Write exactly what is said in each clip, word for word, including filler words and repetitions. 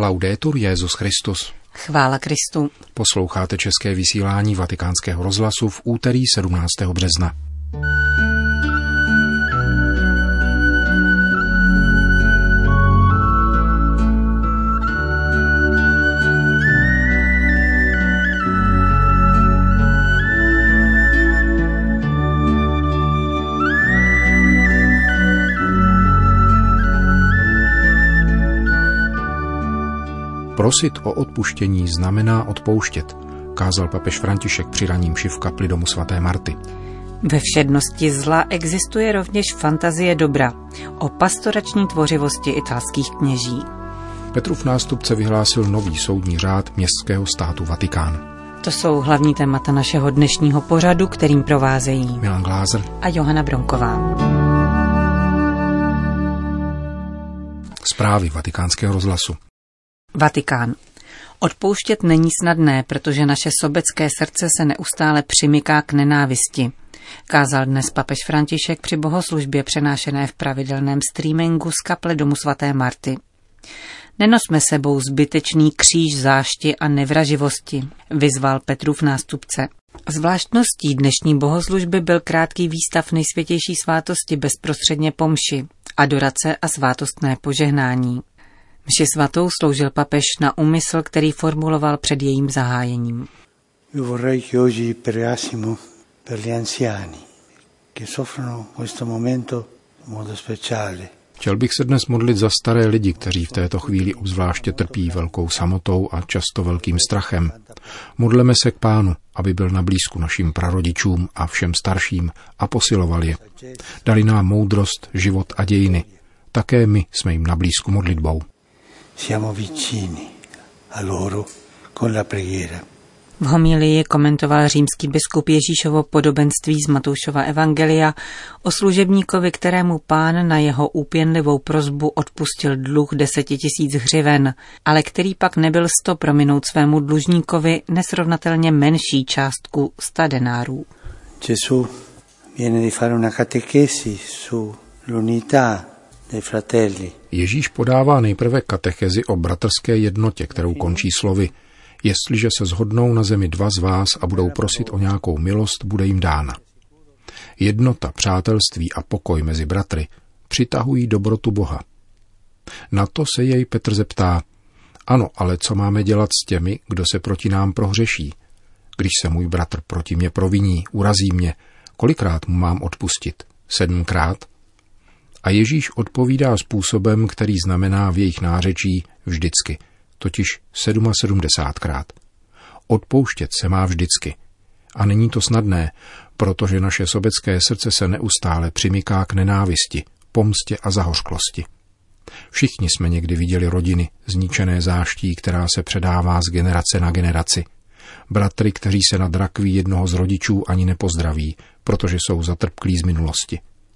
Laudetur Jesus Christus. Chvála Kristu. Posloucháte české vysílání Vatikánského rozhlasu v úterý sedmnáctého března. Prosit o odpuštění znamená odpouštět, kázal papež František při raním mši v kapli domu svaté Marty. Ve všednosti zla existuje rovněž fantazie dobra, o pastorační tvořivosti italských kněží. Petrův nástupce vyhlásil nový soudní řád městského státu Vatikán. To jsou hlavní témata našeho dnešního pořadu, kterým provázejí Milan Glázer a Johana Bronková. Zprávy Vatikánského rozhlasu. Vatikán. Odpouštět není snadné, protože naše sobecké srdce se neustále přimyká k nenávisti, kázal dnes papež František při bohoslužbě přenášené v pravidelném streamingu z kaple domu svaté Marty. Nenosme sebou zbytečný kříž zášti a nevraživosti, vyzval Petrův nástupce. Zvláštností dnešní bohoslužby byl krátký výstav Nejsvětější svátosti bezprostředně po mši, adorace a svátostné požehnání. Mši svatou sloužil papež na úmysl, který formuloval před jejím zahájením. Chtěl bych se dnes modlit za staré lidi, kteří v této chvíli obzvláště trpí velkou samotou a často velkým strachem. Modleme se k Pánu, aby byl na blízku našim prarodičům a všem starším a posiloval je. Dali nám moudrost, život a dějiny. Také my jsme jim na blízku modlitbou. Siamo vicini a loro con la preghiera. V homilii komentoval římský biskup Ježíšovo podobenství z Matoušova evangelia o služebníkovi, kterému Pán na jeho úpěnlivou prosbu odpustil dluh deseti tisíc hřiven, ale který pak nebyl sto prominout svému dlužníkovi nesrovnatelně menší částku sta denárů. Gesù viene di fare una catechesi su l'unità dei fratelli. Ježíš podává nejprve katechezi o bratrské jednotě, kterou končí slovy: Jestliže se shodnou na zemi dva z vás a budou prosit o nějakou milost, bude jim dána. Jednota, přátelství a pokoj mezi bratry přitahují dobrotu Boha. Na to se jej Petr zeptá: Ano, ale co máme dělat s těmi, kdo se proti nám prohřeší? Když se můj bratr proti mě proviní, urazí mě, kolikrát mu mám odpustit? Sedmkrát? A Ježíš odpovídá způsobem, který znamená v jejich nářečí vždycky, totiž sedmdesátkrát. Odpouštět se má vždycky. A není to snadné, protože naše sobecké srdce se neustále přimyká k nenávisti, pomstě a zahořklosti. Všichni jsme někdy viděli rodiny zničené záští, která se předává z generace na generaci. Bratry, kteří se nad rakví jednoho z rodičů ani nepozdraví, protože jsou zatrpklí z minulosti.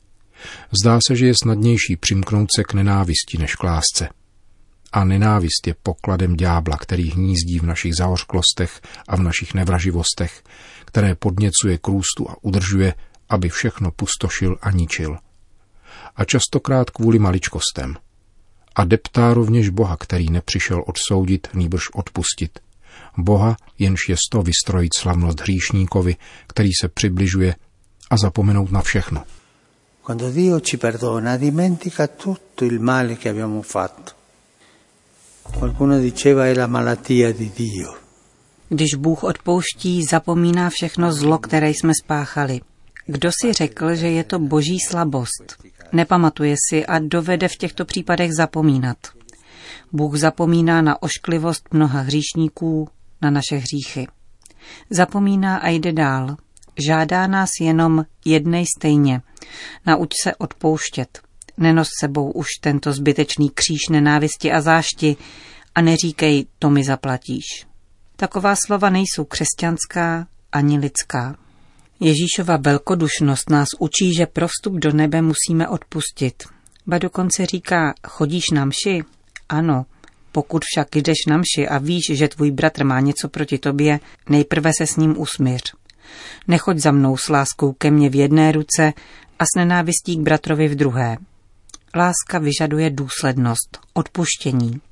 Zdá se, že je snadnější přimknout se k nenávisti než k lásce. A nenávist je pokladem ďábla, který hnízdí v našich zahořklostech a v našich nevraživostech, které podněcuje k růstu a udržuje, aby všechno pustošil a ničil. A častokrát kvůli maličkostem. A deptá rovněž Boha, který nepřišel odsoudit, nýbrž odpustit. Boha, jenž je sto vystrojit slavnost hříšníkovi, který se přibližuje, a zapomenout na všechno. Quando Dio ci perdona, dimentica tutto il male che abbiamo fatto. Qualcuno diceva è la malattia di Dio. Když Bůh odpouští, zapomíná všechno zlo, které jsme spáchali. Kdo si řekl, že je to boží slabost? Nepamatuje si a dovede v těchto případech zapomínat. Bůh zapomíná na ošklivost mnoha hříšníků, na naše hříchy. Zapomíná a jde dál. Žádá nás jenom jednej stejně. Nauč se odpouštět. Nenos sebou už tento zbytečný kříž nenávisti a zášti a neříkej, to mi zaplatíš. Taková slova nejsou křesťanská ani lidská. Ježíšova velkodušnost nás učí, že pro vstup do nebe musíme odpustit. Ba dokonce říká, chodíš na mši? Ano. Pokud však jdeš na mši a víš, že tvůj bratr má něco proti tobě, nejprve se s ním usmíř. Nechoď za mnou s láskou ke mně v jedné ruce a s nenávistí k bratrovi v druhé. Láska vyžaduje důslednost, odpuštění.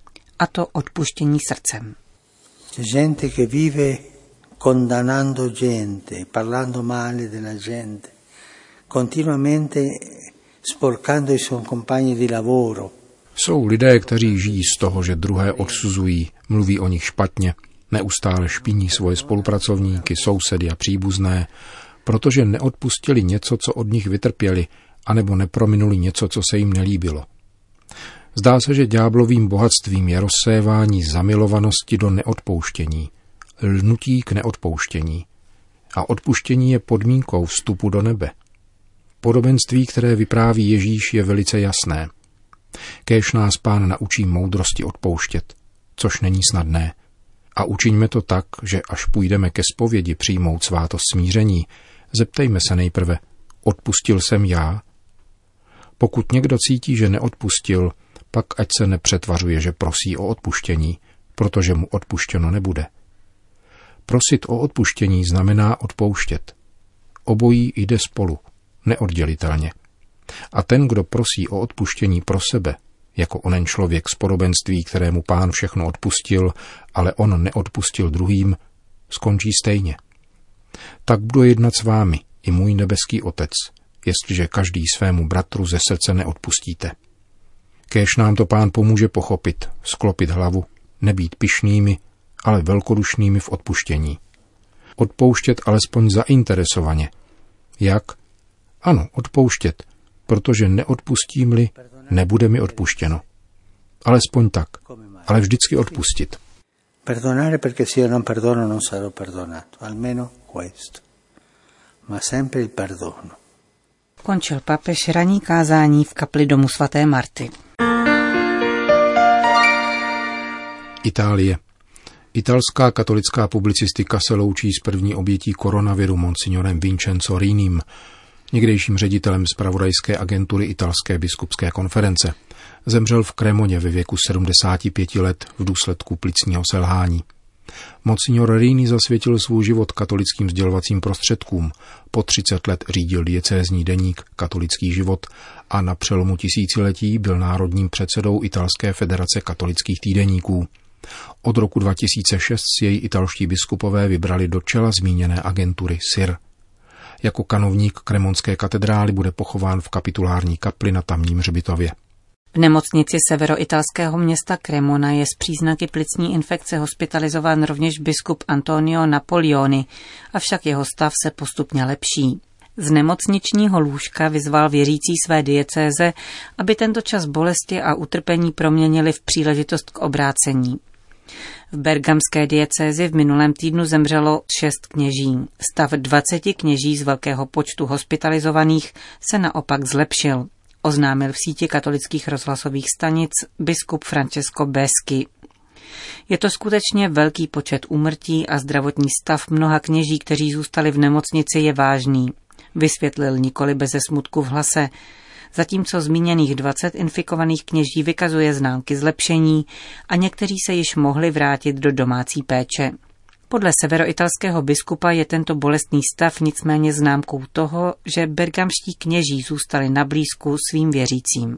a to odpuštění srdcem. Gente che vive condannando gente, parlando male della gente, continuamente sporcando i suoi compagni di lavoro. Jsou lidé, kteří žijí z toho, že druhé odsuzují, mluví o nich špatně, neustále špiní svoje spolupracovníky, sousedy a příbuzné, protože neodpustili něco, co od nich vytrpěli, anebo neprominuli něco, co se jim nelíbilo. Zdá se, že ďáblovým bohatstvím je rozsévání zamilovanosti do neodpouštění, lnutí k neodpouštění. A odpuštění je podmínkou vstupu do nebe. Podobenství, které vypráví Ježíš, je velice jasné. Kéž nás Pán naučí moudrosti odpouštět, což není snadné. A učiňme to tak, že až půjdeme ke zpovědi přijmout svátost smíření, zeptejme se nejprve, odpustil jsem já? Pokud někdo cítí, že neodpustil, pak ať se nepřetvařuje, že prosí o odpuštění, protože mu odpuštěno nebude. Prosit o odpuštění znamená odpouštět. Obojí jde spolu, neoddělitelně. A ten, kdo prosí o odpuštění pro sebe, jako onen člověk z podobenství, kterému Pán všechno odpustil, ale on neodpustil druhým, skončí stejně. Tak budu jednat s vámi, i můj nebeský Otec, jestliže každý svému bratru ze srdce neodpustíte. Kéž nám to Pán pomůže pochopit, sklopit hlavu, nebýt pyšnými, ale velkodušnými v odpuštění. Odpouštět alespoň zainteresovaně. Jak? Ano, odpouštět, protože neodpustím-li, nebude mi odpuštěno. Alespoň tak, ale vždycky odpustit. Perdonare perché se io non perdono non sarò perdonato, almeno questo. Ma sempre il perdono. Končil papež ranní kázání v kapli domu svaté Marty. Itálie. Italská katolická publicistika se loučí s první obětí koronaviru monsignorem Vincenzo Rinim, někdejším ředitelem zpravodajské agentury Italské biskupské konference. Zemřel v Cremoně ve věku sedmdesáti pěti let v důsledku plicního selhání. Monsignor Rini zasvětil svůj život katolickým sdělovacím prostředkům, po třicet let řídil diecézní deník Katolický život a na přelomu tisíciletí byl národním předsedou Italské federace katolických týdeníků. Od roku dva tisíce šest si jej italští biskupové vybrali do čela zmíněné agentury S I R. Jako kanovník Kremonské katedrály bude pochován v kapitulární kapli na tamním hřbitově. V nemocnici severoitalského města Cremona je s příznaky plicní infekce hospitalizován rovněž biskup Antonio Napoleoni, avšak jeho stav se postupně lepší. Z nemocničního lůžka vyzval věřící své diecéze, aby tento čas bolesti a utrpení proměnili v příležitost k obrácení. V bergamské diecézi v minulém týdnu zemřelo šest kněží. Stav dvaceti kněží z velkého počtu hospitalizovaných se naopak zlepšil, oznámil v síti katolických rozhlasových stanic biskup Francesco Besky. Je to skutečně velký počet úmrtí a zdravotní stav mnoha kněží, kteří zůstali v nemocnici, je vážný, vysvětlil nikoli beze smutku v hlase. Zatímco zmíněných dvacet infikovaných kněží vykazuje známky zlepšení a někteří se již mohli vrátit do domácí péče. Podle severoitalského biskupa je tento bolestný stav nicméně známkou toho, že bergamští kněží zůstali na blízku svým věřícím.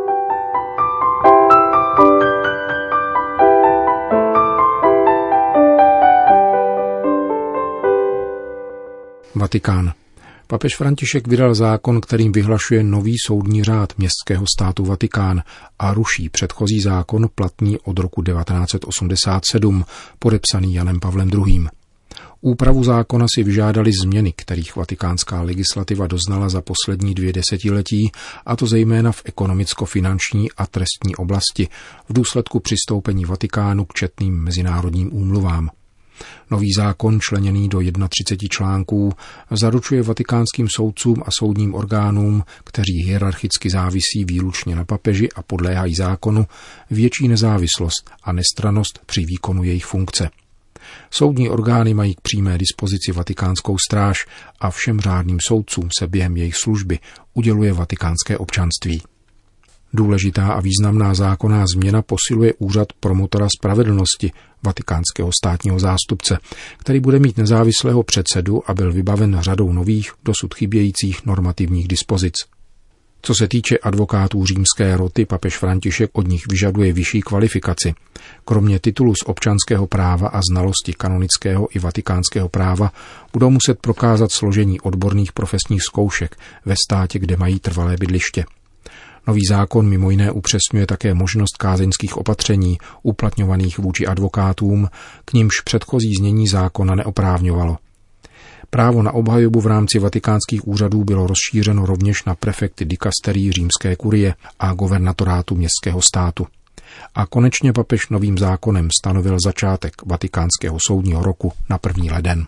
Vatikán. Papež František vydal zákon, kterým vyhlašuje nový soudní řád městského státu Vatikán a ruší předchozí zákon platný od roku devatenáct set osmdesát sedm, podepsaný Janem Pavlem druhým. Úpravu zákona si vyžádali změny, kterých vatikánská legislativa doznala za poslední dvě desetiletí, a to zejména v ekonomicko-finanční a trestní oblasti v důsledku přistoupení Vatikánu k četným mezinárodním úmluvám. Nový zákon, členěný do třiceti jednoho článků, zaručuje vatikánským soudcům a soudním orgánům, kteří hierarchicky závisí výlučně na papeži a podléhají zákonu, větší nezávislost a nestrannost při výkonu jejich funkce. Soudní orgány mají k přímé dispozici vatikánskou stráž a všem řádným soudcům se během jejich služby uděluje vatikánské občanství. Důležitá a významná zákonná změna posiluje úřad promotora spravedlnosti, vatikánského státního zástupce, který bude mít nezávislého předsedu a byl vybaven řadou nových, dosud chybějících normativních dispozic. Co se týče advokátů římské roty, papež František od nich vyžaduje vyšší kvalifikaci. Kromě titulu z občanského práva a znalosti kanonického i vatikánského práva budou muset prokázat složení odborných profesních zkoušek ve státě, kde mají trvalé bydliště. Nový zákon mimo jiné upřesňuje také možnost kázeňských opatření uplatňovaných vůči advokátům, k nimž předchozí znění zákona neoprávňovalo. Právo na obhajobu v rámci vatikánských úřadů bylo rozšířeno rovněž na prefekty dikasterii římské kurie a guvernatorátu městského státu. A konečně papež novým zákonem stanovil začátek vatikánského soudního roku na první leden.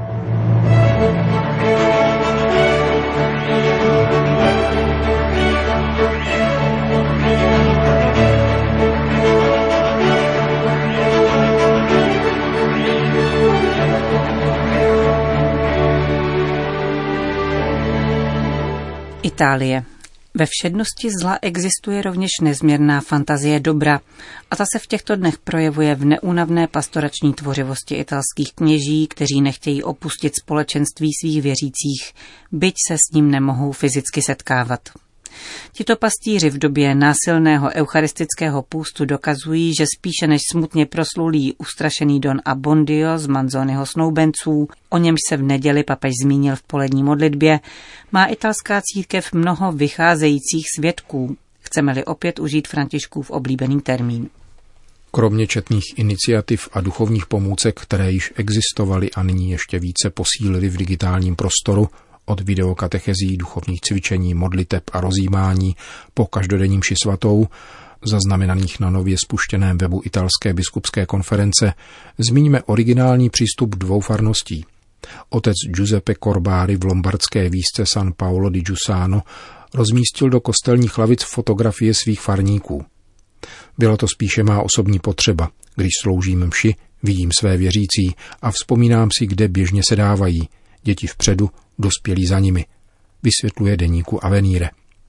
Itálie. Ve všednosti zla existuje rovněž nezměrná fantazie dobra a ta se v těchto dnech projevuje v neúnavné pastorační tvořivosti italských kněží, kteří nechtějí opustit společenství svých věřících, byť se s ním nemohou fyzicky setkávat. Tito pastýři v době násilného eucharistického půstu dokazují, že spíše než smutně proslulý ustrašený Don Abbondio z Manzoniho snoubenců, o němž se v neděli papež zmínil v polední modlitbě, má italská církev mnoho vycházejících svědků, chceme-li opět užít Františkův oblíbený termín. Kromě četných iniciativ a duchovních pomůcek, které již existovaly a nyní ještě více posílily v digitálním prostoru, od videokatechezí, duchovních cvičení, modliteb a rozjímání po každodenní mši svatou, zaznamenaných na nově spuštěném webu italské biskupské konference, zmíníme originální přístup dvou farností. Otec Giuseppe Corbari v lombardské vísce San Paolo di Giussano rozmístil do kostelních lavic fotografie svých farníků. Byla to spíše má osobní potřeba. Když sloužím mši, vidím své věřící a vzpomínám si, kde běžně sedávají. Děti vpředu, dospělí za nimi, vysvětluje deníku Avenire.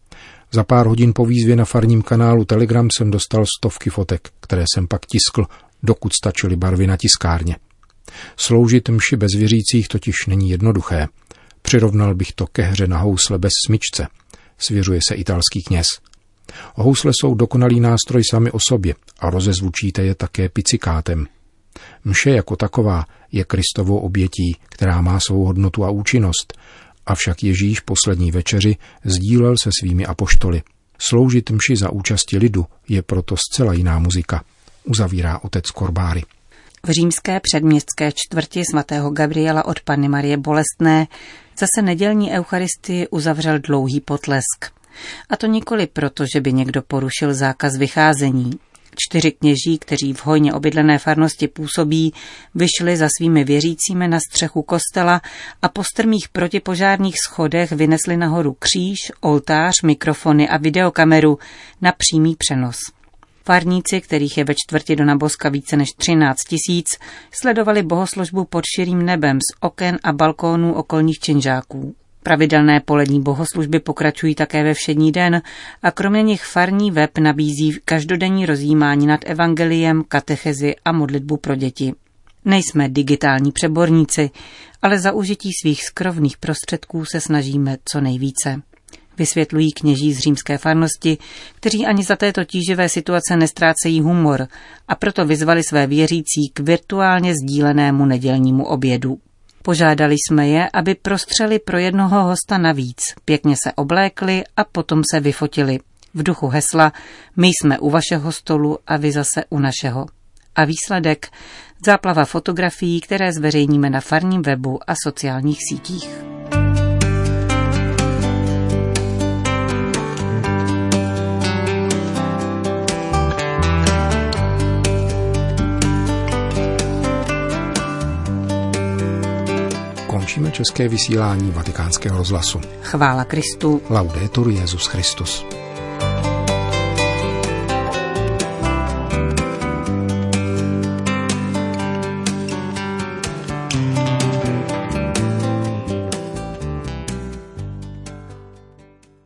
Za pár hodin po výzvě na farním kanálu Telegram jsem dostal stovky fotek, které jsem pak tiskl, dokud stačily barvy na tiskárně. Sloužit mši bez věřících totiž není jednoduché. Přirovnal bych to ke hře na housle bez smyčce, svěřuje se italský kněz. Housle jsou dokonalý nástroj sami o sobě a rozezvučíte je také pizzikátem. Mše jako taková je Kristovou obětí, která má svou hodnotu a účinnost, avšak Ježíš poslední večeři sdílel se svými apoštoly. Sloužit mši za účasti lidu je proto zcela jiná muzika, uzavírá otec Corbari. V římské předměstské čtvrti svatého Gabriela od Panny Marie Bolestné zase nedělní eucharistii uzavřel dlouhý potlesk. A to nikoli proto, že by někdo porušil zákaz vycházení. Čtyři kněží, kteří v hojně obydlené farnosti působí, vyšli za svými věřícími na střechu kostela a po strmých protipožárních schodech vynesli nahoru kříž, oltář, mikrofony a videokameru na přímý přenos. Farníci, kterých je ve čtvrti Dona Boska více než třináct tisíc, sledovali bohoslužbu pod širým nebem z oken a balkónů okolních činžáků. Pravidelné polední bohoslužby pokračují také ve všední den a kromě nich farní web nabízí každodenní rozjímání nad evangeliem, katechezi a modlitbu pro děti. Nejsme digitální přeborníci, ale za užití svých skrovných prostředků se snažíme co nejvíce. Vysvětlují kněží z římské farnosti, kteří ani za této tíživé situace nestrácejí humor a proto vyzvali své věřící k virtuálně sdílenému nedělnímu obědu. Požádali jsme je, aby prostřeli pro jednoho hosta navíc, pěkně se oblékli a potom se vyfotili. V duchu hesla my jsme u vašeho stolu a vy zase u našeho. A výsledek? Záplava fotografií, které zveřejníme na farním webu a sociálních sítích. Končíme české vysílání Vatikánského rozhlasu. Chvála Kristu. Laudetur Jesus Christus.